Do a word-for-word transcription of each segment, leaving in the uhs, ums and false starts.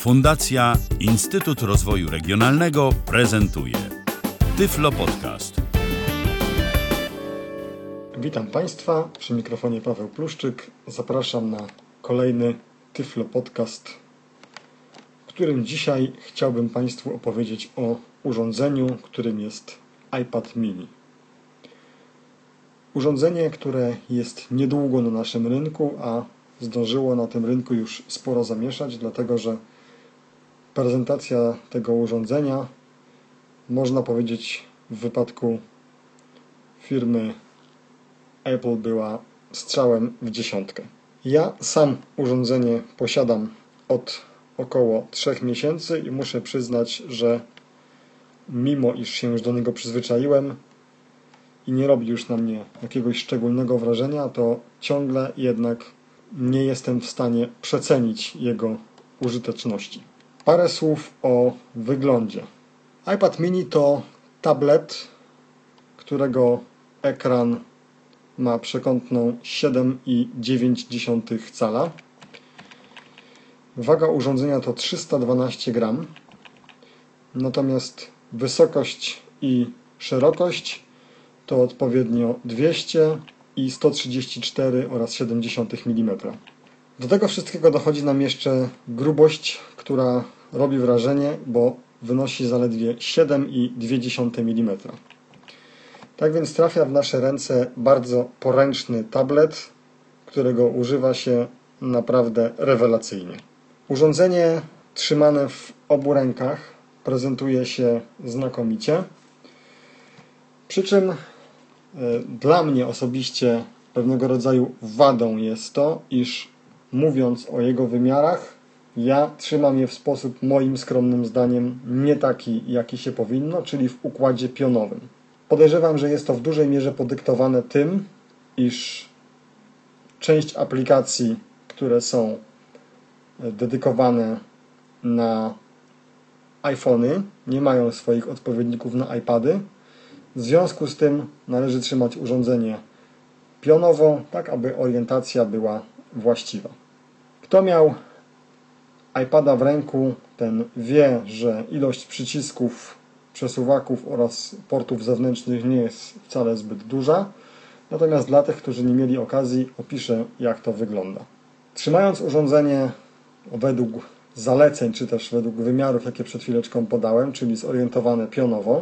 Fundacja Instytut Rozwoju Regionalnego prezentuje Tyflo Podcast. Witam Państwa, przy mikrofonie Paweł Pluszczyk. Zapraszam na kolejny Tyflo Podcast, w którym dzisiaj chciałbym Państwu opowiedzieć o urządzeniu, którym jest iPad mini. Urządzenie, które jest niedługo na naszym rynku, a zdążyło na tym rynku już sporo zamieszać, dlatego że prezentacja tego urządzenia, można powiedzieć, w wypadku firmy Apple była strzałem w dziesiątkę. Ja sam urządzenie posiadam od około trzech miesięcy i muszę przyznać, że mimo iż się już do niego przyzwyczaiłem i nie robi już na mnie jakiegoś szczególnego wrażenia, to ciągle jednak nie jestem w stanie przecenić jego użyteczności. Parę słów o wyglądzie. iPad mini to tablet, którego ekran ma przekątną siedem i dziewięć dziesiątych cala. Waga urządzenia to trzysta dwanaście gram, natomiast wysokość i szerokość to odpowiednio dwieście i sto trzydzieści cztery oraz siedemdziesiąt milimetrów. Do tego wszystkiego dochodzi nam jeszcze grubość, która robi wrażenie, bo wynosi zaledwie siedem i dwie dziesiąte milimetra. Tak więc trafia w nasze ręce bardzo poręczny tablet, którego używa się naprawdę rewelacyjnie. Urządzenie trzymane w obu rękach prezentuje się znakomicie, przy czym dla mnie osobiście pewnego rodzaju wadą jest to, iż mówiąc o jego wymiarach, ja trzymam je w sposób moim skromnym zdaniem nie taki, jaki się powinno, czyli w układzie pionowym. Podejrzewam, że jest to w dużej mierze podyktowane tym, iż część aplikacji, które są dedykowane na iPhony, nie mają swoich odpowiedników na iPady. W związku z tym należy trzymać urządzenie pionowo, tak aby orientacja była właściwa. Kto miał iPada w ręku, ten wie, że ilość przycisków, przesuwaków oraz portów zewnętrznych nie jest wcale zbyt duża. Natomiast dla tych, którzy nie mieli okazji, opiszę, jak to wygląda. Trzymając urządzenie według zaleceń, czy też według wymiarów, jakie przed chwileczką podałem, czyli zorientowane pionowo,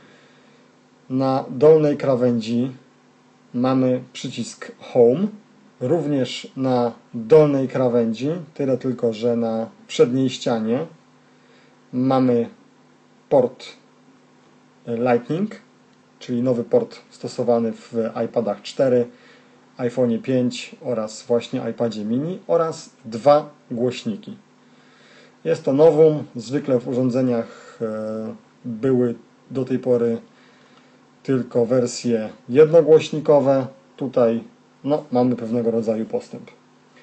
na dolnej krawędzi mamy przycisk Home, również na dolnej krawędzi, tyle tylko, że na przedniej ścianie mamy port Lightning, czyli nowy port stosowany w iPadach cztery, iPhone pięć oraz właśnie iPadzie mini oraz dwa głośniki. Jest to nowum, zwykle w urządzeniach były do tej pory tylko wersje jednogłośnikowe. Tutaj no, mamy pewnego rodzaju postęp.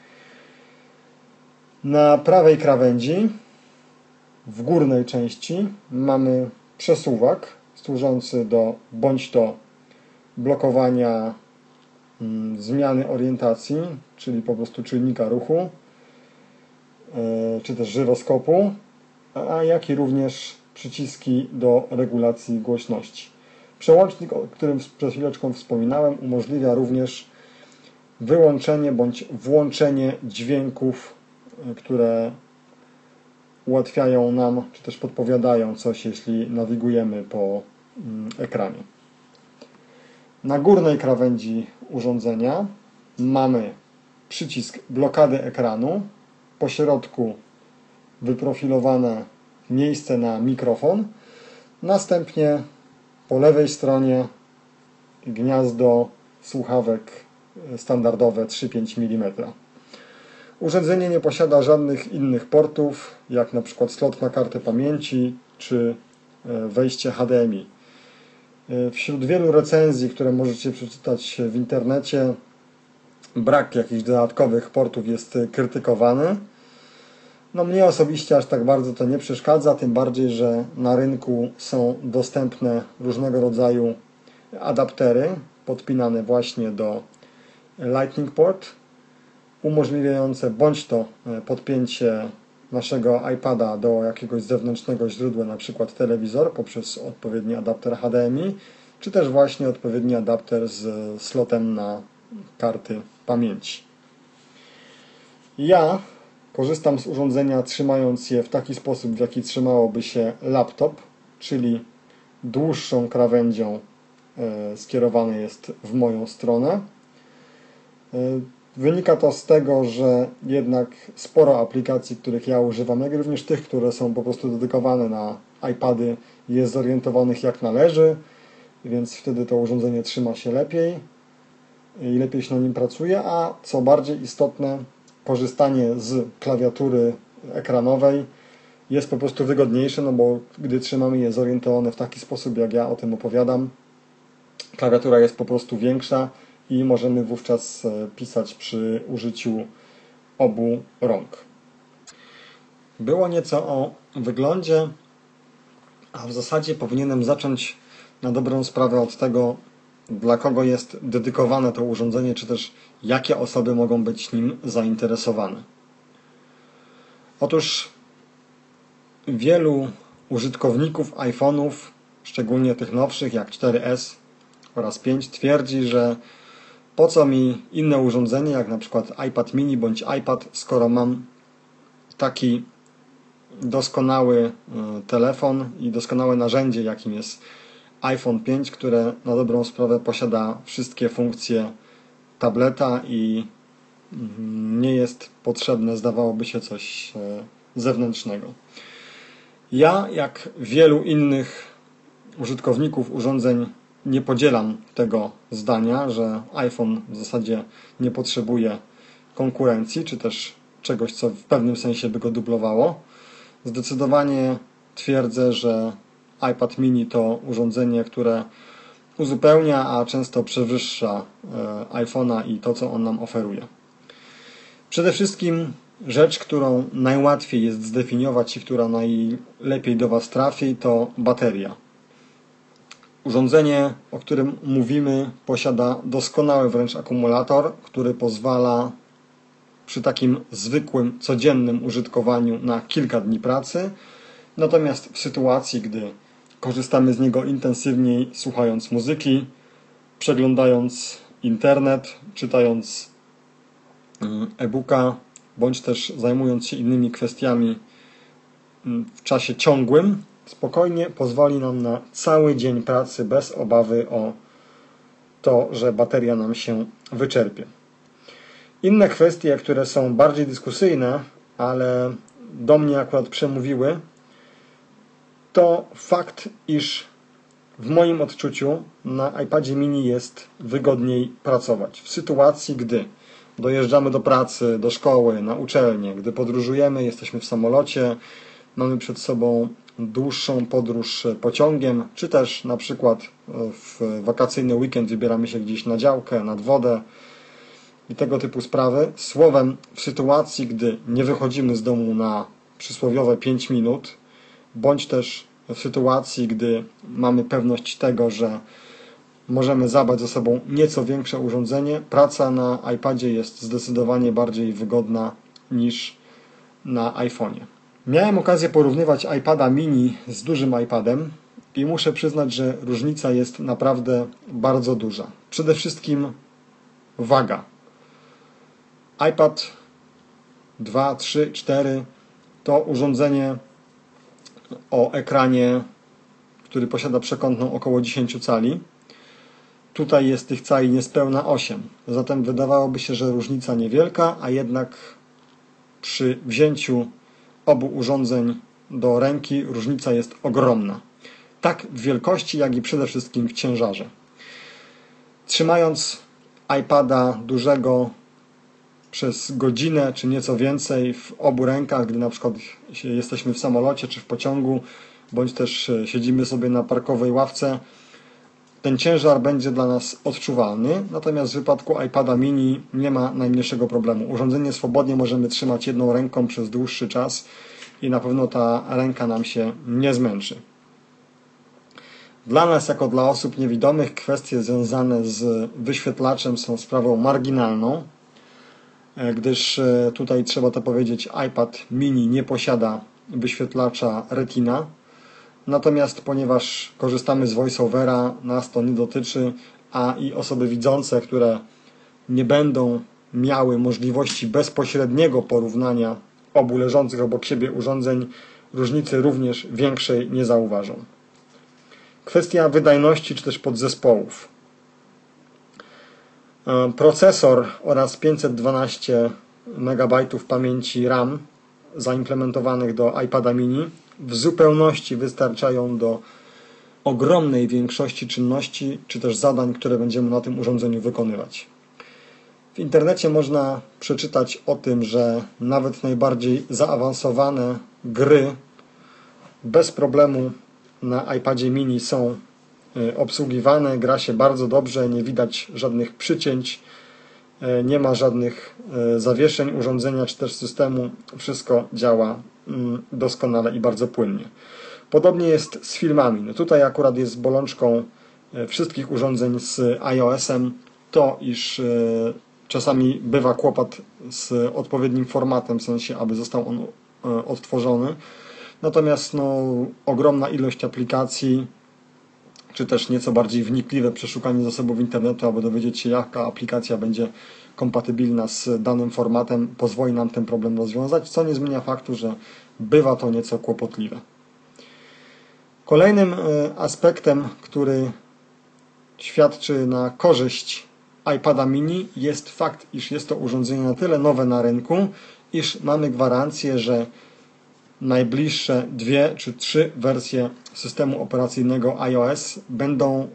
Na prawej krawędzi, w górnej części, mamy przesuwak służący do bądź to blokowania mm, zmiany orientacji, czyli po prostu czujnika ruchu, yy, czy też żyroskopu, a jak i również przyciski do regulacji głośności. Przełącznik, o którym przed chwileczką wspominałem, umożliwia również wyłączenie bądź włączenie dźwięków, które ułatwiają nam, czy też podpowiadają coś, jeśli nawigujemy po ekranie. Na górnej krawędzi urządzenia mamy przycisk blokady ekranu, po środku wyprofilowane miejsce na mikrofon, następnie po lewej stronie gniazdo słuchawek standardowe trzy przecinek pięć milimetra. Urządzenie nie posiada żadnych innych portów, jak na przykład slot na kartę pamięci czy wejście H D M I. Wśród wielu recenzji, które możecie przeczytać w internecie, brak jakichś dodatkowych portów jest krytykowany. No mnie osobiście aż tak bardzo to nie przeszkadza, tym bardziej, że na rynku są dostępne różnego rodzaju adaptery podpinane właśnie do Lightning Port, umożliwiające bądź to podpięcie naszego iPada do jakiegoś zewnętrznego źródła, na przykład telewizor poprzez odpowiedni adapter H D M I, czy też właśnie odpowiedni adapter z slotem na karty pamięci. Ja korzystam z urządzenia trzymając je w taki sposób, w jaki trzymałoby się laptop, czyli dłuższą krawędzią skierowane jest w moją stronę. Wynika to z tego, że jednak sporo aplikacji, których ja używam, jak również tych, które są po prostu dedykowane na iPady, jest zorientowanych jak należy, więc wtedy to urządzenie trzyma się lepiej i lepiej się na nim pracuje, a co bardziej istotne, korzystanie z klawiatury ekranowej jest po prostu wygodniejsze, no bo gdy trzymamy je zorientowane w taki sposób, jak ja o tym opowiadam, klawiatura jest po prostu większa i możemy wówczas pisać przy użyciu obu rąk. Było nieco o wyglądzie, a w zasadzie powinienem zacząć na dobrą sprawę od tego, dla kogo jest dedykowane to urządzenie, czy też jakie osoby mogą być nim zainteresowane. Otóż wielu użytkowników iPhone'ów, szczególnie tych nowszych jak cztery S oraz pięć, twierdzi, że po co mi inne urządzenie, jak na przykład iPad mini bądź iPad, skoro mam taki doskonały telefon i doskonałe narzędzie, jakim jest iPhone pięć, które na dobrą sprawę posiada wszystkie funkcje tableta i nie jest potrzebne, zdawałoby się, coś zewnętrznego. Ja, jak wielu innych użytkowników urządzeń, nie podzielam tego zdania, że iPhone w zasadzie nie potrzebuje konkurencji, czy też czegoś, co w pewnym sensie by go dublowało. Zdecydowanie twierdzę, że iPad mini to urządzenie, które uzupełnia, a często przewyższa iPhone'a i to, co on nam oferuje. Przede wszystkim rzecz, którą najłatwiej jest zdefiniować i która najlepiej do Was trafi, to bateria. Urządzenie, o którym mówimy, posiada doskonały wręcz akumulator, który pozwala przy takim zwykłym, codziennym użytkowaniu na kilka dni pracy. Natomiast w sytuacji, gdy korzystamy z niego intensywniej, słuchając muzyki, przeglądając internet, czytając e-booka, bądź też zajmując się innymi kwestiami w czasie ciągłym, spokojnie pozwoli nam na cały dzień pracy bez obawy o to, że bateria nam się wyczerpie. Inne kwestie, które są bardziej dyskusyjne, ale do mnie akurat przemówiły, to fakt, iż w moim odczuciu na iPadzie mini jest wygodniej pracować. W sytuacji, gdy dojeżdżamy do pracy, do szkoły, na uczelnię, gdy podróżujemy, jesteśmy w samolocie, mamy przed sobą dłuższą podróż pociągiem, czy też na przykład w wakacyjny weekend wybieramy się gdzieś na działkę, nad wodę i tego typu sprawy. Słowem, w sytuacji, gdy nie wychodzimy z domu na przysłowiowe pięć minut, bądź też w sytuacji, gdy mamy pewność tego, że możemy zabrać ze sobą nieco większe urządzenie, praca na iPadzie jest zdecydowanie bardziej wygodna niż na iPhone'ie. Miałem okazję porównywać iPada mini z dużym iPadem i muszę przyznać, że różnica jest naprawdę bardzo duża. Przede wszystkim waga. iPad dwa, trzy, cztery to urządzenie o ekranie, który posiada przekątną około dziesięć cali. Tutaj jest tych cali niespełna osiem. Zatem wydawałoby się, że różnica niewielka, a jednak przy wzięciu obu urządzeń do ręki różnica jest ogromna. Tak w wielkości, jak i przede wszystkim w ciężarze. Trzymając iPada dużego przez godzinę czy nieco więcej w obu rękach, gdy na przykład jesteśmy w samolocie czy w pociągu, bądź też siedzimy sobie na parkowej ławce, ten ciężar będzie dla nas odczuwalny, natomiast w wypadku iPada mini nie ma najmniejszego problemu. Urządzenie swobodnie możemy trzymać jedną ręką przez dłuższy czas i na pewno ta ręka nam się nie zmęczy. Dla nas, jako dla osób niewidomych, kwestie związane z wyświetlaczem są sprawą marginalną. gdyż tutaj trzeba to powiedzieć, iPad mini nie posiada wyświetlacza Retina. Natomiast ponieważ korzystamy z VoiceOvera, nas to nie dotyczy, a i osoby widzące, które nie będą miały możliwości bezpośredniego porównania obu leżących obok siebie urządzeń, różnicy również większej nie zauważą. Kwestia wydajności czy też podzespołów. Procesor oraz pięćset dwanaście megabajtów pamięci RAM zaimplementowanych do iPada mini w zupełności wystarczają do ogromnej większości czynności czy też zadań, które będziemy na tym urządzeniu wykonywać. W internecie można przeczytać o tym, że nawet najbardziej zaawansowane gry bez problemu na iPadzie mini są obsługiwane, gra się bardzo dobrze, nie widać żadnych przycięć, nie ma żadnych zawieszeń urządzenia czy też systemu, wszystko działa doskonale i bardzo płynnie. Podobnie jest z filmami. No tutaj akurat jest bolączką wszystkich urządzeń z iOS-em to, iż czasami bywa kłopot z odpowiednim formatem, w sensie, aby został on odtworzony. Natomiast no, ogromna ilość aplikacji, czy też nieco bardziej wnikliwe przeszukanie zasobów internetu, aby dowiedzieć się, jaka aplikacja będzie kompatybilna z danym formatem, pozwoli nam ten problem rozwiązać, co nie zmienia faktu, że bywa to nieco kłopotliwe. Kolejnym aspektem, który świadczy na korzyść iPada mini, jest fakt, iż jest to urządzenie na tyle nowe na rynku, iż mamy gwarancję, że najbliższe dwie czy trzy wersje systemu operacyjnego iOS będą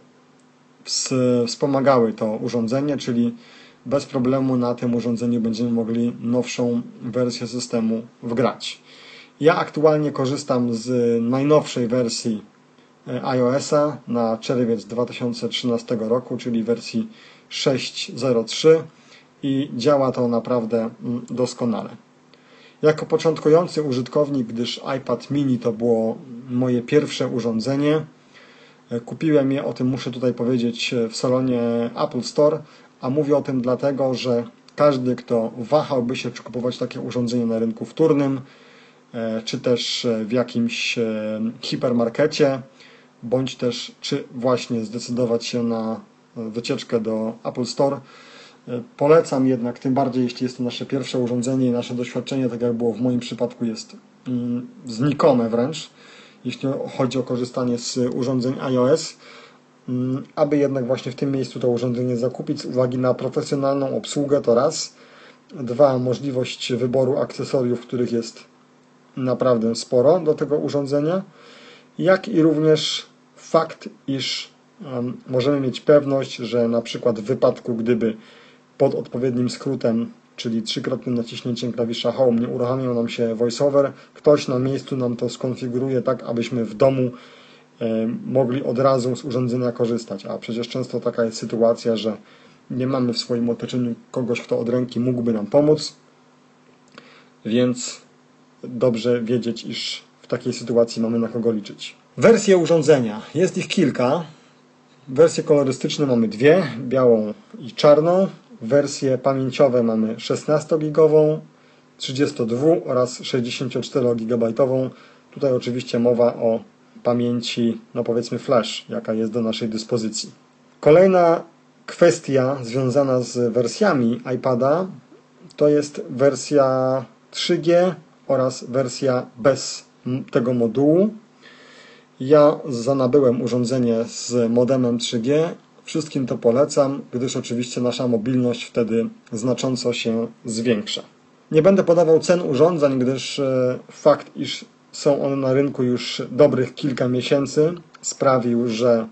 wspomagały to urządzenie, czyli bez problemu na tym urządzeniu będziemy mogli nowszą wersję systemu wgrać. Ja aktualnie korzystam z najnowszej wersji iOS-a na czerwiec dwa tysiące trzynastego roku, czyli wersji sześć zero trzy i działa to naprawdę doskonale. Jako początkujący użytkownik, gdyż iPad mini to było moje pierwsze urządzenie, kupiłem je, o tym muszę tutaj powiedzieć, w salonie Apple Store, a mówię o tym dlatego, że każdy, kto wahałby się, czy kupować takie urządzenie na rynku wtórnym, czy też w jakimś hipermarkecie, bądź też czy właśnie zdecydować się na wycieczkę do Apple Store, polecam jednak, tym bardziej jeśli jest to nasze pierwsze urządzenie i nasze doświadczenie, tak jak było w moim przypadku, jest mm, znikome wręcz, jeśli chodzi o korzystanie z urządzeń iOS, mm, aby jednak właśnie w tym miejscu to urządzenie zakupić z uwagi na profesjonalną obsługę, to raz, dwa, możliwość wyboru akcesoriów, których jest naprawdę sporo do tego urządzenia, jak i również fakt, iż um, możemy mieć pewność, że na przykład w wypadku, gdyby pod odpowiednim skrótem, czyli trzykrotnym naciśnięciem klawisza Home nie uruchamiał nam się VoiceOver, ktoś na miejscu nam to skonfiguruje tak, abyśmy w domu e, mogli od razu z urządzenia korzystać, a przecież często taka jest sytuacja, że nie mamy w swoim otoczeniu kogoś, kto od ręki mógłby nam pomóc, więc dobrze wiedzieć, iż w takiej sytuacji mamy na kogo liczyć. Wersje urządzenia. Jest ich kilka. Wersje kolorystyczne mamy dwie, białą i czarną. Wersje pamięciowe mamy szesnastogigową, trzydziestodwu oraz sześćdziesięcioczterogigabajtową. Tutaj oczywiście mowa o pamięci, no powiedzmy flash, jaka jest do naszej dyspozycji. Kolejna kwestia związana z wersjami iPada to jest wersja trzy G oraz wersja bez tego modułu. Ja zanabyłem urządzenie z modemem trzy G. Wszystkim to polecam, gdyż oczywiście nasza mobilność wtedy znacząco się zwiększa. Nie będę podawał cen urządzeń, gdyż fakt, iż są one na rynku już dobrych kilka miesięcy, sprawił, że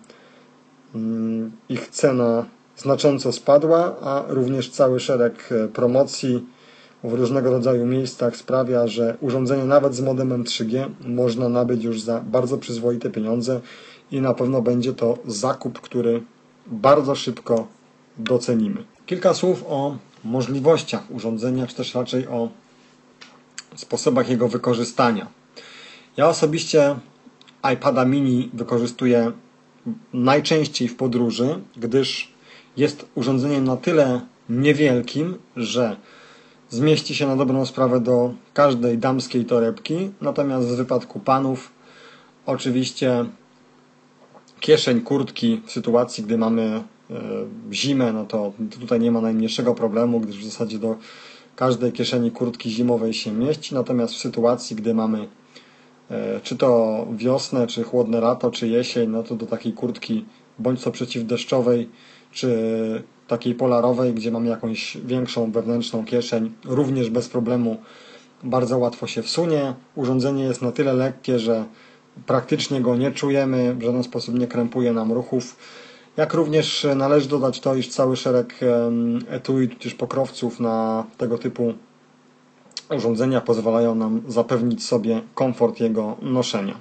ich cena znacząco spadła, a również cały szereg promocji w różnego rodzaju miejscach sprawia, że urządzenie nawet z modemem trzy G można nabyć już za bardzo przyzwoite pieniądze i na pewno będzie to zakup, który bardzo szybko docenimy. Kilka słów o możliwościach urządzenia, czy też raczej o sposobach jego wykorzystania. Ja osobiście iPada mini wykorzystuję najczęściej w podróży, gdyż jest urządzeniem na tyle niewielkim, że zmieści się na dobrą sprawę do każdej damskiej torebki, natomiast w wypadku panów oczywiście kieszeń kurtki w sytuacji, gdy mamy e, zimę, no to tutaj nie ma najmniejszego problemu, gdyż w zasadzie do każdej kieszeni kurtki zimowej się mieści, natomiast w sytuacji, gdy mamy e, czy to wiosnę, czy chłodne lato, czy jesień, no to do takiej kurtki bądź to przeciwdeszczowej, czy takiej polarowej, gdzie mamy jakąś większą wewnętrzną kieszeń, również bez problemu bardzo łatwo się wsunie. Urządzenie jest na tyle lekkie, że praktycznie go nie czujemy, w żaden sposób nie krępuje nam ruchów. Jak również należy dodać to, iż cały szereg etui, tudzież pokrowców na tego typu urządzenia pozwalają nam zapewnić sobie komfort jego noszenia.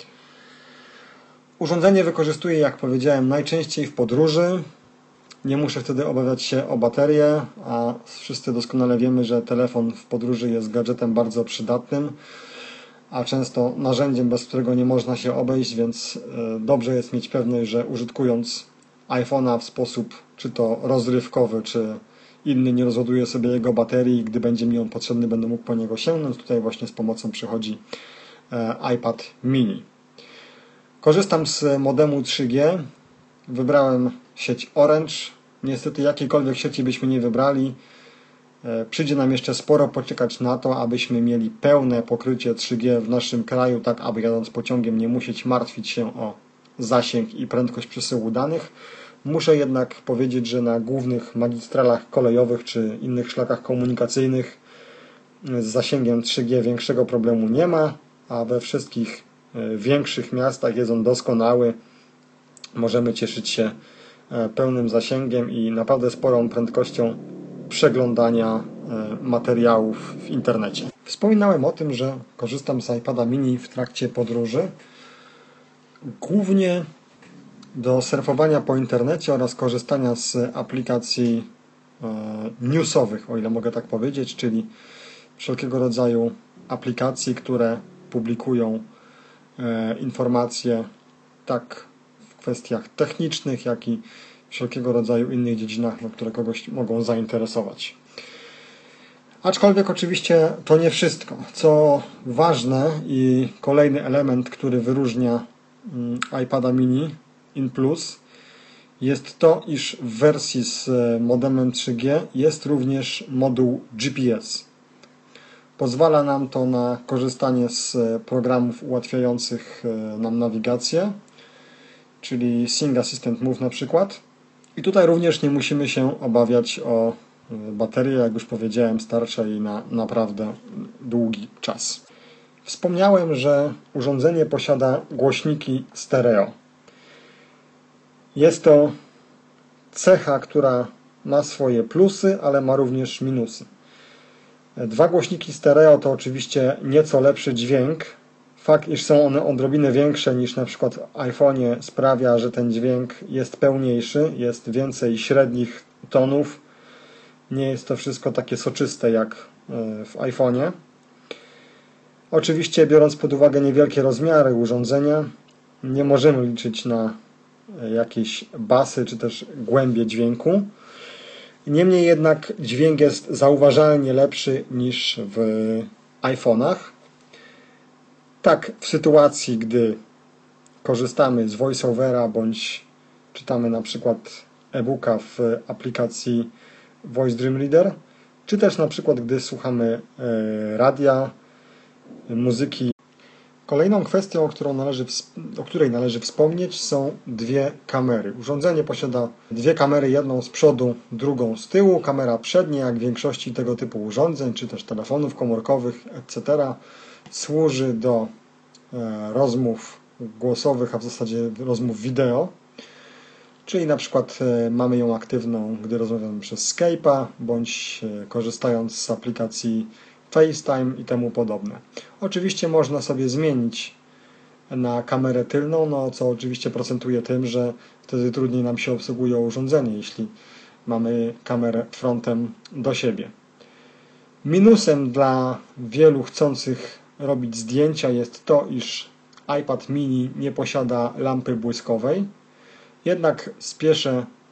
Urządzenie wykorzystuję, jak powiedziałem, najczęściej w podróży. Nie muszę wtedy obawiać się o baterię, a wszyscy doskonale wiemy, że telefon w podróży jest gadżetem bardzo przydatnym, a często narzędziem, bez którego nie można się obejść, więc dobrze jest mieć pewność, że użytkując iPhone'a w sposób czy to rozrywkowy, czy inny nie rozładuje sobie jego baterii i gdy będzie mi on potrzebny, będę mógł po niego sięgnąć. Tutaj właśnie z pomocą przychodzi iPad mini. Korzystam z modemu trzy G. Wybrałem sieć Orange. Niestety jakiejkolwiek sieci byśmy nie wybrali, przyjdzie nam jeszcze sporo poczekać na to, abyśmy mieli pełne pokrycie trzy G w naszym kraju, tak aby jadąc pociągiem nie musieć martwić się o zasięg i prędkość przesyłu danych. Muszę jednak powiedzieć, że na głównych magistralach kolejowych czy innych szlakach komunikacyjnych z zasięgiem trzy G większego problemu nie ma, a we wszystkich większych miastach jest on doskonały. Możemy cieszyć się pełnym zasięgiem i naprawdę sporą prędkością przeglądania materiałów w internecie. Wspominałem o tym, że korzystam z iPada mini w trakcie podróży, głównie do surfowania po internecie oraz korzystania z aplikacji newsowych, o ile mogę tak powiedzieć, czyli wszelkiego rodzaju aplikacji, które publikują informacje tak w kwestiach technicznych, jak i wszelkiego rodzaju innych dziedzinach, no, które kogoś mogą zainteresować. Aczkolwiek oczywiście to nie wszystko. Co ważne i kolejny element, który wyróżnia iPada mini in plus, jest to, iż w wersji z modemem trzy G jest również moduł G P S. Pozwala nam to na korzystanie z programów ułatwiających nam nawigację, czyli Sing Assistant Move na przykład. I tutaj również nie musimy się obawiać o baterię, jak już powiedziałem, starcza jej na naprawdę długi czas. Wspomniałem, że urządzenie posiada głośniki stereo. Jest to cecha, która ma swoje plusy, ale ma również minusy. Dwa głośniki stereo to oczywiście nieco lepszy dźwięk. Fakt, iż są one odrobinę większe niż na przykład w iPhone'ie, sprawia, że ten dźwięk jest pełniejszy, jest więcej średnich tonów. Nie jest to wszystko takie soczyste jak w iPhone'ie. Oczywiście, biorąc pod uwagę niewielkie rozmiary urządzenia, nie możemy liczyć na jakieś basy czy też głębie dźwięku. Niemniej jednak dźwięk jest zauważalnie lepszy niż w iPhone'ach. Tak, w sytuacji, gdy korzystamy z VoiceOvera bądź czytamy na przykład e-booka w aplikacji Voice Dream Reader, czy też na przykład gdy słuchamy radia, muzyki. Kolejną kwestią, którą należy, o której należy wspomnieć, są dwie kamery. Urządzenie posiada dwie kamery, jedną z przodu, drugą z tyłu. Kamera przednia, jak w większości tego typu urządzeń, czy też telefonów komórkowych, et cetera, służy do rozmów głosowych, a w zasadzie rozmów wideo. Czyli na przykład mamy ją aktywną, gdy rozmawiamy przez Skype'a, bądź korzystając z aplikacji FaceTime i temu podobne. Oczywiście można sobie zmienić na kamerę tylną, no co oczywiście procentuje tym, że wtedy trudniej nam się obsługuje urządzenie, jeśli mamy kamerę frontem do siebie. Minusem dla wielu chcących robić zdjęcia jest to, iż iPad mini nie posiada lampy błyskowej. Jednak spieszę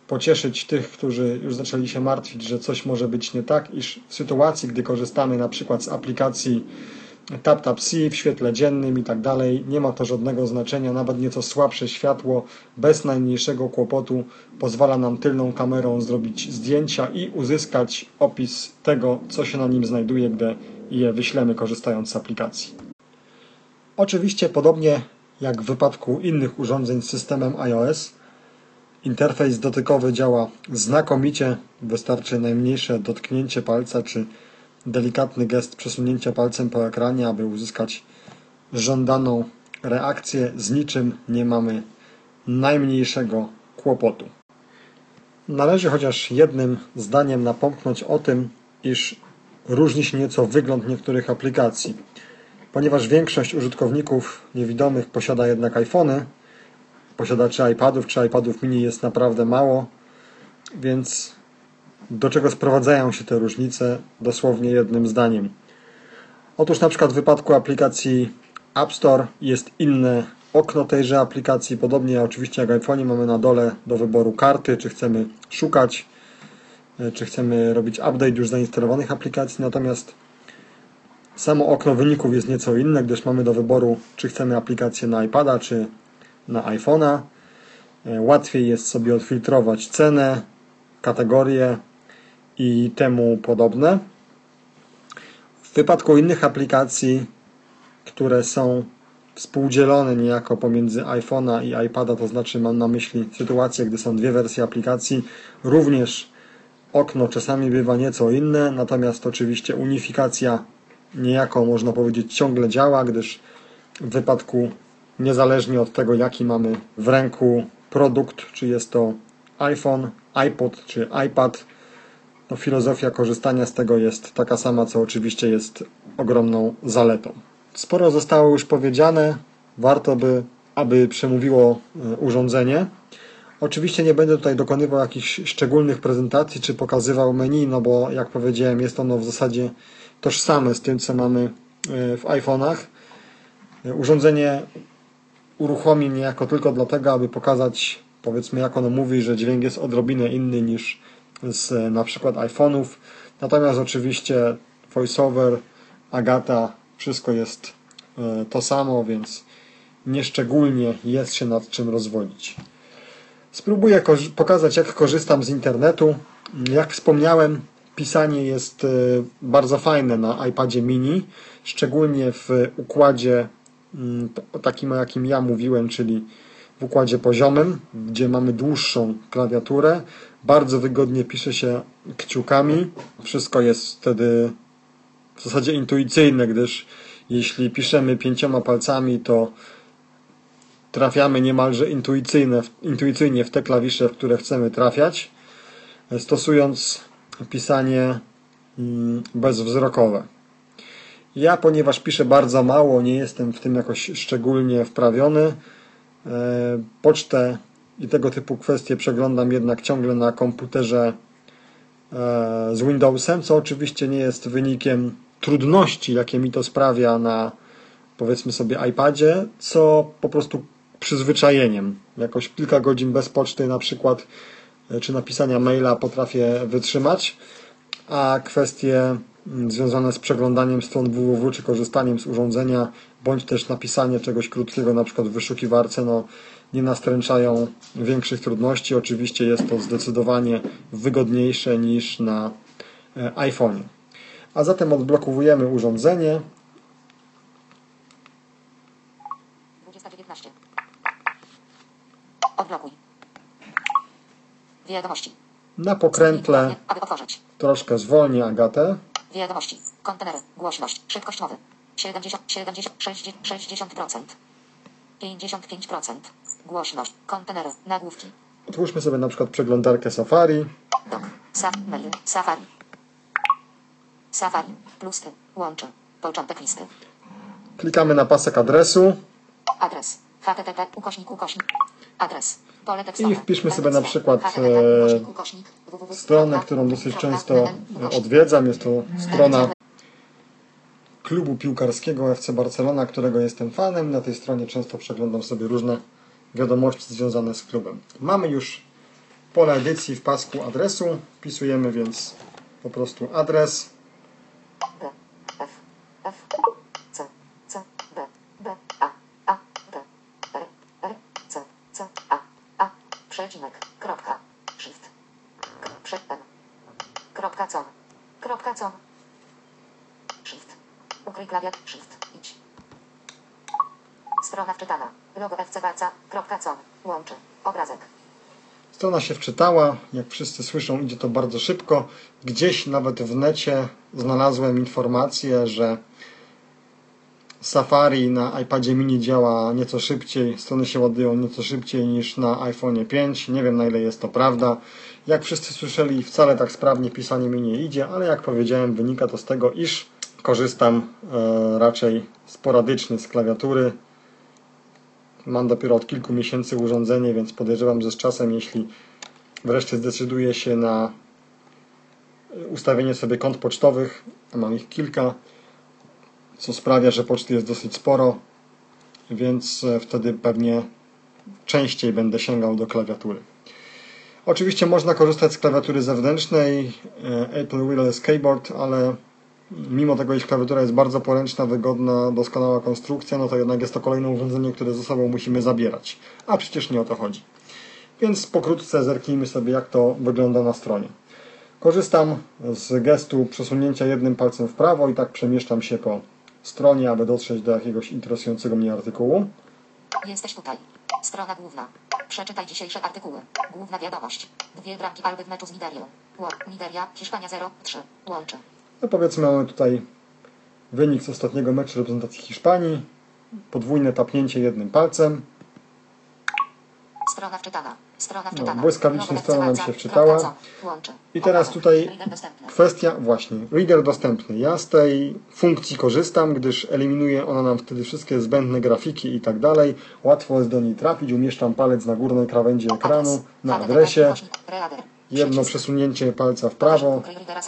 pocieszyć tych, którzy już zaczęli się martwić, że coś może być nie tak, iż w sytuacji, gdy korzystamy na przykład z aplikacji TapTapSee w świetle dziennym i tak dalej, nie ma to żadnego znaczenia, nawet nieco słabsze światło bez najmniejszego kłopotu pozwala nam tylną kamerą zrobić zdjęcia i uzyskać opis tego, co się na nim znajduje, gdy je wyślemy korzystając z aplikacji. Oczywiście podobnie jak w wypadku innych urządzeń z systemem iOS, interfejs dotykowy działa znakomicie, wystarczy najmniejsze dotknięcie palca czy delikatny gest przesunięcia palcem po ekranie, aby uzyskać żądaną reakcję. Z niczym nie mamy najmniejszego kłopotu. Należy chociaż jednym zdaniem napomknąć o tym, iż różni się nieco wygląd niektórych aplikacji. Ponieważ większość użytkowników niewidomych posiada jednak iPhony, posiadaczy iPadów czy iPadów mini jest naprawdę mało, więc do czego sprowadzają się te różnice? Dosłownie jednym zdaniem. Otóż na przykład w wypadku aplikacji App Store jest inne okno tejże aplikacji. Podobnie oczywiście jak w iPhone'ie mamy na dole do wyboru karty, czy chcemy szukać, czy chcemy robić update już zainstalowanych aplikacji. Natomiast samo okno wyników jest nieco inne, gdyż mamy do wyboru, czy chcemy aplikację na iPada, czy na iPhone'a. Łatwiej jest sobie odfiltrować cenę, kategorie i temu podobne. W wypadku innych aplikacji, które są współdzielone niejako pomiędzy iPhone'a i iPada, to znaczy mam na myśli sytuację, gdy są dwie wersje aplikacji, również okno czasami bywa nieco inne, natomiast oczywiście unifikacja niejako można powiedzieć ciągle działa, gdyż w wypadku niezależnie od tego, jaki mamy w ręku produkt, czy jest to iPhone, iPod czy iPad, no filozofia korzystania z tego jest taka sama, co oczywiście jest ogromną zaletą. Sporo zostało już powiedziane, warto by, aby przemówiło urządzenie. Oczywiście nie będę tutaj dokonywał jakichś szczególnych prezentacji, czy pokazywał menu, no bo jak powiedziałem, jest ono w zasadzie tożsame z tym, co mamy w iPhone'ach. Urządzenie uruchomi niejako tylko dlatego, aby pokazać, powiedzmy, jak ono mówi, że dźwięk jest odrobinę inny niż z na przykład iPhone'ów. Natomiast oczywiście VoiceOver, Agata, wszystko jest to samo, więc nieszczególnie jest się nad czym rozwodzić. Spróbuję pokazać, jak korzystam z internetu. Jak wspomniałem, pisanie jest bardzo fajne na iPadzie mini, szczególnie w układzie takim, o jakim ja mówiłem, czyli w układzie poziomym, gdzie mamy dłuższą klawiaturę. Bardzo wygodnie pisze się kciukami. Wszystko jest wtedy w zasadzie intuicyjne, gdyż jeśli piszemy pięcioma palcami, to trafiamy niemalże intuicyjnie, intuicyjnie w te klawisze, w które chcemy trafiać, stosując pisanie bezwzrokowe. Ja, ponieważ piszę bardzo mało, nie jestem w tym jakoś szczególnie wprawiony. Pocztę i tego typu kwestie przeglądam jednak ciągle na komputerze z Windowsem, co oczywiście nie jest wynikiem trudności, jakie mi to sprawia na, powiedzmy sobie, iPadzie, co po prostu przyzwyczajeniem. Jakoś kilka godzin bez poczty na przykład, czy napisania maila potrafię wytrzymać, a kwestie związane z przeglądaniem stron www, czy korzystaniem z urządzenia, bądź też napisanie czegoś krótkiego, na przykład w wyszukiwarce, no, nie nastręczają większych trudności. Oczywiście jest to zdecydowanie wygodniejsze niż na iPhone'ie. A zatem odblokowujemy urządzenie. dwudziesta dziewiętnaście. Odblokuj. Wiadomości. Na pokrętle Aby otworzyć. troszkę zwolnię Agatę. Wiadomości. Kontenery. Głośność. Szybkość mowy. siedemdziesiąt, siedemdziesiąt, sześćdziesiąt procent. pięćdziesiąt pięć procent. Głośność. Kontenery. Nagłówki. Otwórzmy sobie na przykład przeglądarkę Safari. Dok. Sa mail. Safari. Safari. Plusy. Łącze. Początek listy. Klikamy na pasek adresu. Adres. H T T P. Ukośnik. Ukośnik. Adres. Pole tekstowe. I wpiszmy sobie na przykład e, stronę, którą dosyć często odwiedzam. Jest to strona klubu piłkarskiego F C Barcelona, którego jestem fanem. Na tej stronie często przeglądam sobie różne wiadomości związane z klubem. Mamy już pole edycji w pasku adresu. Wpisujemy więc po prostu adres. B, F, F, C, C, B, B, A, A, D, R, R, C, C, A, A, przecinek, kropka, shift, K, przed N, kropka com, kropka com, shift, ukryj klawiat, shift, idź. Strona wczytana, logo F C Barca, kropka com, łączy, obrazek. Strona się wczytała, jak wszyscy słyszą, idzie to bardzo szybko. Gdzieś nawet w necie znalazłem informację, że Safari na iPadzie mini działa nieco szybciej, strony się ładują nieco szybciej niż na iPhone pięć. Nie wiem, na ile jest to prawda. Jak wszyscy słyszeli, wcale tak sprawnie pisanie mi nie idzie, ale jak powiedziałem, wynika to z tego, iż korzystam e, raczej sporadycznie z klawiatury. Mam dopiero od kilku miesięcy urządzenie, więc podejrzewam, że z czasem, jeśli wreszcie zdecyduję się na ustawienie sobie kont pocztowych, a mam ich kilka, co sprawia, że poczty jest dosyć sporo, więc wtedy pewnie częściej będę sięgał do klawiatury. Oczywiście można korzystać z klawiatury zewnętrznej Apple Wireless Keyboard, ale mimo tego, iż klawiatura jest bardzo poręczna, wygodna, doskonała konstrukcja, no to jednak jest to kolejne urządzenie, które ze sobą musimy zabierać. A przecież nie o to chodzi. Więc pokrótce zerknijmy sobie, jak to wygląda na stronie. Korzystam z gestu przesunięcia jednym palcem w prawo i tak przemieszczam się po stronie, aby dotrzeć do jakiegoś interesującego mnie artykułu. Jesteś tutaj. Strona główna. Przeczytaj dzisiejsze artykuły. Główna wiadomość. Dwie bramki Alby w meczu z Nigerią. Łop. Nigeria, Hiszpania zero trzy. Łączy. No powiedzmy, mamy tutaj wynik z ostatniego meczu reprezentacji Hiszpanii. Podwójne tapnięcie jednym palcem. Strona wczytana. Strona wczytana. No, błyskawicznie strona nam się wczytała. Łączy. I teraz tutaj kwestia, właśnie, reader dostępny. Ja z tej funkcji korzystam, gdyż eliminuje ona nam wtedy wszystkie zbędne grafiki i tak dalej. Łatwo jest do niej trafić. Umieszczam palec na górnej krawędzi ekranu, na adresie. Jedno przesunięcie palca w prawo.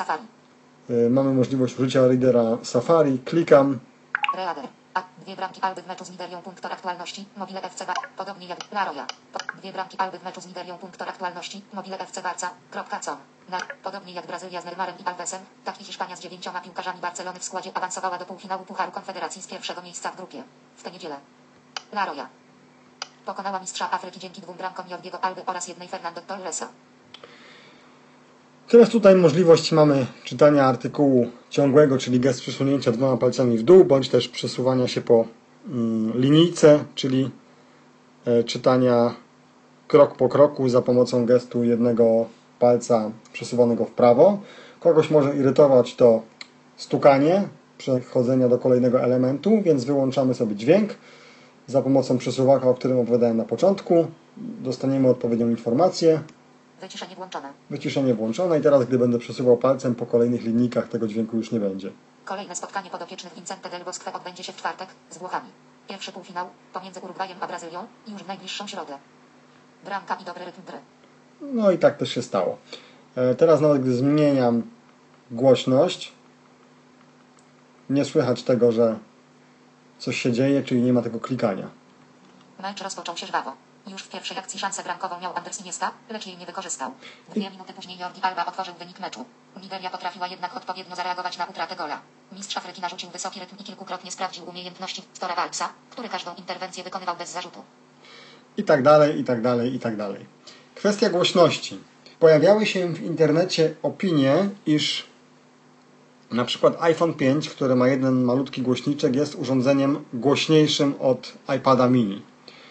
Mamy możliwość użycia readera Safari. Klikam. Reader. A dwie bramki Alby w meczu z Nigerią. Punktor aktualności. Mobile F C Barca. Podobnie jak Laroja. Dwie bramki Alby w meczu z Nigerią. Punktor aktualności. Mobile F C Barca. Kropka com. Na, podobnie jak Brazylia z Neymarem i Alvesem, tak i Hiszpania z dziewięcioma piłkarzami Barcelony w składzie awansowała do półfinału Pucharu Konfederacji z pierwszego miejsca w grupie. W tę niedzielę. Laroja pokonała mistrza Afryki dzięki dwóm bramkom Jorgiego Alby oraz jednej Fernando Torresa. Teraz tutaj możliwość mamy czytania artykułu ciągłego, czyli gest przesunięcia dwoma palcami w dół, bądź też przesuwania się po mm, linijce, czyli e, czytania krok po kroku za pomocą gestu jednego palca przesuwanego w prawo. Kogoś może irytować to stukanie, przechodzenia do kolejnego elementu, więc wyłączamy sobie dźwięk. Za pomocą przesuwaka, o którym opowiadałem na początku, dostaniemy odpowiednią informację. Wyciszenie włączone. Wyciszenie włączone i teraz, gdy będę przesuwał palcem po kolejnych linijkach, tego dźwięku już nie będzie. Kolejne spotkanie podopiecznych Vicente del Bosque odbędzie się w czwartek z Włochami. Pierwszy półfinał pomiędzy Urugwajem a Brazylią już w najbliższą środę. Bramka i dobry rytm gry. No i tak też się stało. E, teraz nawet gdy zmieniam głośność, nie słychać tego, że coś się dzieje, czyli nie ma tego klikania. Mecz rozpoczął się żwawo. Już w pierwszej akcji szansę bramkową miał Anders Iniesta, lecz jej nie wykorzystał. Dwie minuty później Jordi Alba otworzył wynik meczu. Nigeria potrafiła jednak odpowiednio zareagować na utratę gola. Mistrz Afryki narzucił wysoki rytm i kilkukrotnie sprawdził umiejętności Tora Walpsa, który każdą interwencję wykonywał bez zarzutu. I tak dalej, i tak dalej, i tak dalej. Kwestia głośności. Pojawiały się w internecie opinie, iż na przykład iPhone pięć, który ma jeden malutki głośniczek, jest urządzeniem głośniejszym od iPada mini.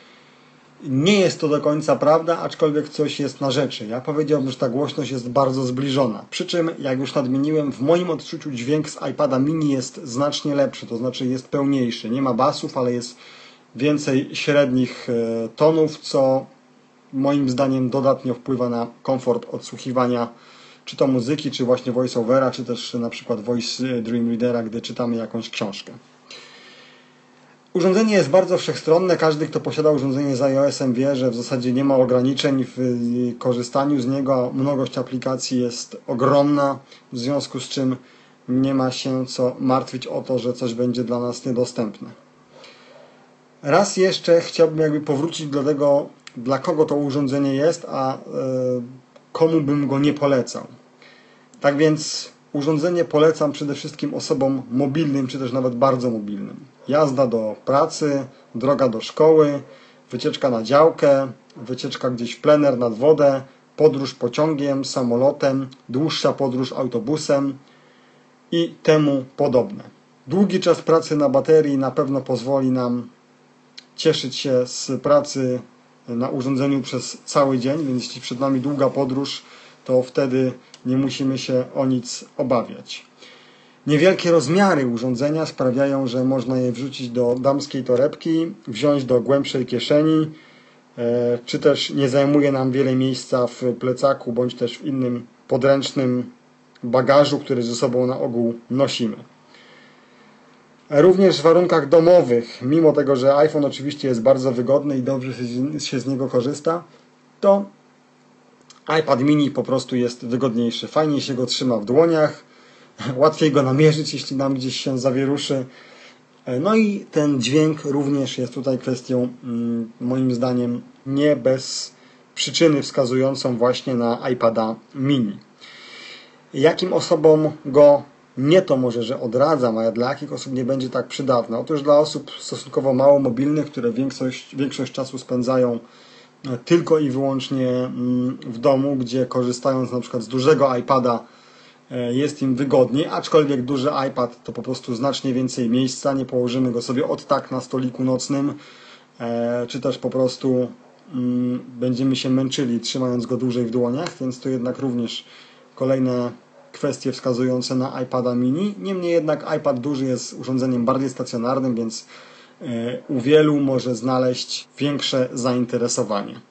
Nie jest to do końca prawda, aczkolwiek coś jest na rzeczy. Ja powiedziałbym, że ta głośność jest bardzo zbliżona. Przy czym, jak już nadmieniłem, w moim odczuciu dźwięk z iPada mini jest znacznie lepszy, to znaczy jest pełniejszy. Nie ma basów, ale jest więcej średnich tonów, co moim zdaniem dodatnio wpływa na komfort odsłuchiwania czy to muzyki, czy właśnie voice-overa, czy też na przykład Voice Dream Readera, gdy czytamy jakąś książkę. Urządzenie jest bardzo wszechstronne. Każdy, kto posiada urządzenie z iOS-em, wie, że w zasadzie nie ma ograniczeń w korzystaniu z niego. Mnogość aplikacji jest ogromna, w związku z czym nie ma się co martwić o to, że coś będzie dla nas niedostępne. Raz jeszcze chciałbym jakby powrócić do tego, dla kogo to urządzenie jest, a komu bym go nie polecał. Tak więc urządzenie polecam przede wszystkim osobom mobilnym, czy też nawet bardzo mobilnym. Jazda do pracy, droga do szkoły, wycieczka na działkę, wycieczka gdzieś w plener nad wodę, podróż pociągiem, samolotem, dłuższa podróż autobusem i temu podobne. Długi czas pracy na baterii na pewno pozwoli nam cieszyć się z pracy na urządzeniu przez cały dzień, więc jeśli przed nami długa podróż, to wtedy nie musimy się o nic obawiać. Niewielkie rozmiary urządzenia sprawiają, że można je wrzucić do damskiej torebki, wziąć do głębszej kieszeni, czy też nie zajmuje nam wiele miejsca w plecaku, bądź też w innym podręcznym bagażu, który ze sobą na ogół nosimy. Również w warunkach domowych, mimo tego, że iPhone oczywiście jest bardzo wygodny i dobrze się z niego korzysta, to iPad mini po prostu jest wygodniejszy. Fajniej się go trzyma w dłoniach, łatwiej go namierzyć, jeśli nam gdzieś się zawieruszy. No i ten dźwięk również jest tutaj kwestią, moim zdaniem, nie bez przyczyny wskazującą właśnie na iPada mini. Jakim osobom go nie to może, że odradzam, a dla jakich osób nie będzie tak przydatne? Otóż dla osób stosunkowo mało mobilnych, które większość, większość czasu spędzają tylko i wyłącznie w domu, gdzie korzystając na przykład z dużego iPada jest im wygodniej, aczkolwiek duży iPad to po prostu znacznie więcej miejsca, nie położymy go sobie od tak na stoliku nocnym, czy też po prostu będziemy się męczyli trzymając go dłużej w dłoniach, więc to jednak również kolejne kwestie wskazujące na iPada mini. Niemniej jednak iPad duży jest urządzeniem bardziej stacjonarnym, więc u wielu może znaleźć większe zainteresowanie.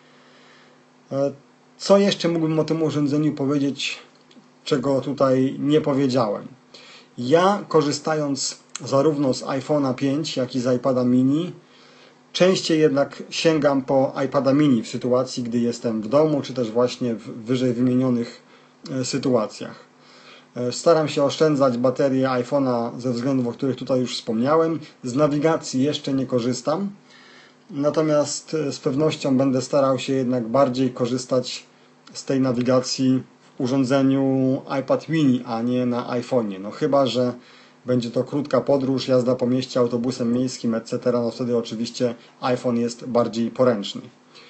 Co jeszcze mógłbym o tym urządzeniu powiedzieć, czego tutaj nie powiedziałem? Ja, korzystając zarówno z iPhone'a pięć, jak i z iPada mini, częściej jednak sięgam po iPada mini w sytuacji, gdy jestem w domu, czy też właśnie w wyżej wymienionych sytuacjach. Staram się oszczędzać baterię iPhone'a ze względów, o których tutaj już wspomniałem. Z nawigacji jeszcze nie korzystam, natomiast z pewnością będę starał się jednak bardziej korzystać z tej nawigacji w urządzeniu iPad mini, a nie na iPhone'ie. No chyba że będzie to krótka podróż, jazda po mieście autobusem miejskim, et cetera. No wtedy oczywiście iPhone jest bardziej poręczny.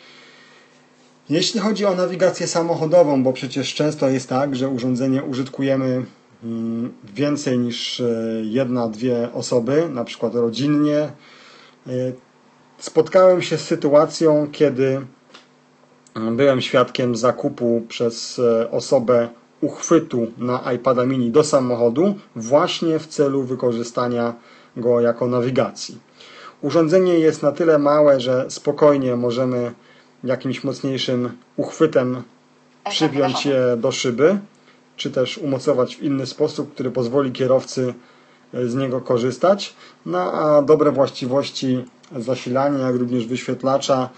Jeśli chodzi o nawigację samochodową, bo przecież często jest tak, że urządzenie użytkujemy więcej niż jedna, dwie osoby, na przykład rodzinnie. Spotkałem się z sytuacją, kiedy byłem świadkiem zakupu przez osobę uchwytu na iPada mini do samochodu właśnie w celu wykorzystania go jako nawigacji. Urządzenie jest na tyle małe, że spokojnie możemy jakimś mocniejszym uchwytem przypiąć je do szyby, czy też umocować w inny sposób, który pozwoli kierowcy z niego korzystać. No a dobre właściwości zasilania, jak również wyświetlacza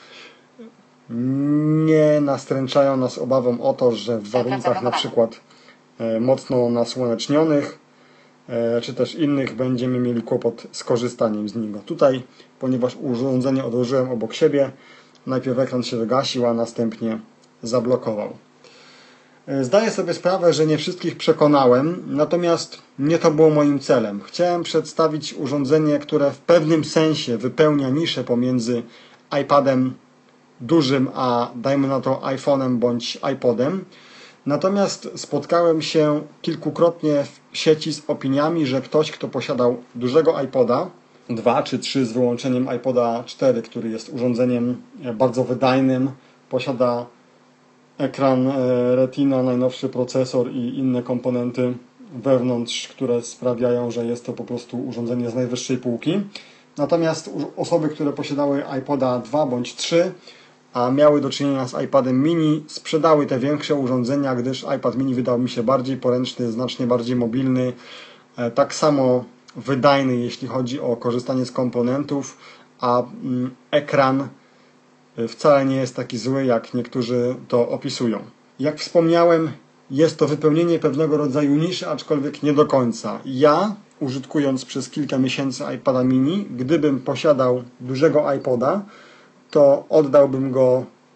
nie nastręczają nas obawą o to, że w warunkach na przykład mocno nasłonecznionych, czy też innych będziemy mieli kłopot z korzystaniem z niego. Tutaj, ponieważ urządzenie odłożyłem obok siebie, najpierw ekran się wygasił, a następnie zablokował. Zdaję sobie sprawę, że nie wszystkich przekonałem, natomiast nie to było moim celem. Chciałem przedstawić urządzenie, które w pewnym sensie wypełnia niszę pomiędzy iPadem dużym, a dajmy na to iPhone'em bądź iPodem. Natomiast spotkałem się kilkukrotnie w sieci z opiniami, że ktoś, kto posiadał dużego iPoda, dwa czy trzy z wyłączeniem iPoda cztery, który jest urządzeniem bardzo wydajnym, posiada ekran Retina, najnowszy procesor i inne komponenty wewnątrz, które sprawiają, że jest to po prostu urządzenie z najwyższej półki. Natomiast osoby, które posiadały iPoda dwa bądź trzy, a miały do czynienia z iPadem mini, sprzedały te większe urządzenia, gdyż iPad mini wydał mi się bardziej poręczny, znacznie bardziej mobilny, tak samo wydajny, jeśli chodzi o korzystanie z komponentów, a ekran wcale nie jest taki zły, jak niektórzy to opisują. Jak wspomniałem, jest to wypełnienie pewnego rodzaju niszy, aczkolwiek nie do końca. Ja, użytkując przez kilka miesięcy iPada mini, gdybym posiadał dużego iPoda, to oddałbym go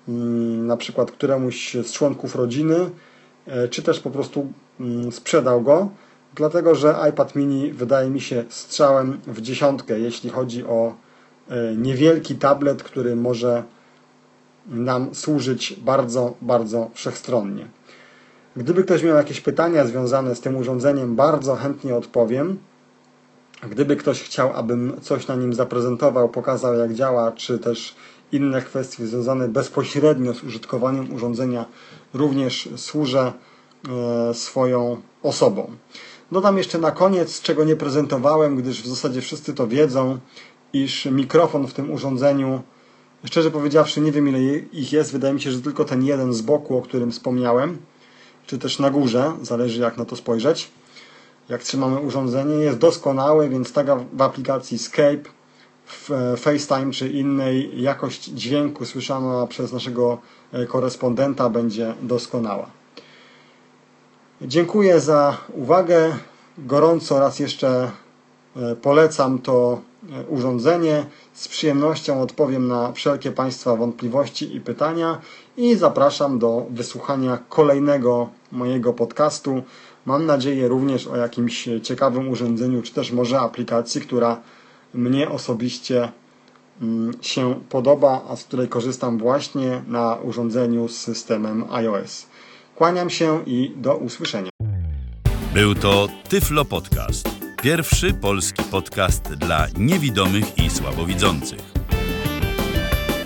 na przykład któremuś z członków rodziny, czy też po prostu sprzedał go, dlatego że iPad mini wydaje mi się strzałem w dziesiątkę, jeśli chodzi o niewielki tablet, który może nam służyć bardzo, bardzo wszechstronnie. Gdyby ktoś miał jakieś pytania związane z tym urządzeniem, bardzo chętnie odpowiem. Gdyby ktoś chciał, abym coś na nim zaprezentował, pokazał jak działa, czy też inne kwestie związane bezpośrednio z użytkowaniem urządzenia, również służę e, swoją osobą. Dodam jeszcze na koniec, czego nie prezentowałem, gdyż w zasadzie wszyscy to wiedzą, iż mikrofon w tym urządzeniu, szczerze powiedziawszy nie wiem ile ich jest, wydaje mi się, że tylko ten jeden z boku, o którym wspomniałem, czy też na górze, zależy jak na to spojrzeć. Jak trzymamy urządzenie, jest doskonały, więc tak w aplikacji Skype, w FaceTime czy innej jakość dźwięku słyszana przez naszego korespondenta będzie doskonała. Dziękuję za uwagę. Gorąco raz jeszcze polecam to urządzenie. Z przyjemnością odpowiem na wszelkie Państwa wątpliwości i pytania i zapraszam do wysłuchania kolejnego mojego podcastu. Mam nadzieję również o jakimś ciekawym urządzeniu, czy też może aplikacji, która mnie osobiście się podoba, a z której korzystam właśnie na urządzeniu z systemem iOS. Kłaniam się i do usłyszenia. Był to Tyflo Podcast. Pierwszy polski podcast dla niewidomych i słabowidzących.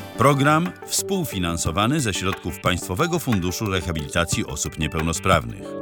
Program współfinansowany ze środków Państwowego Funduszu Rehabilitacji Osób Niepełnosprawnych.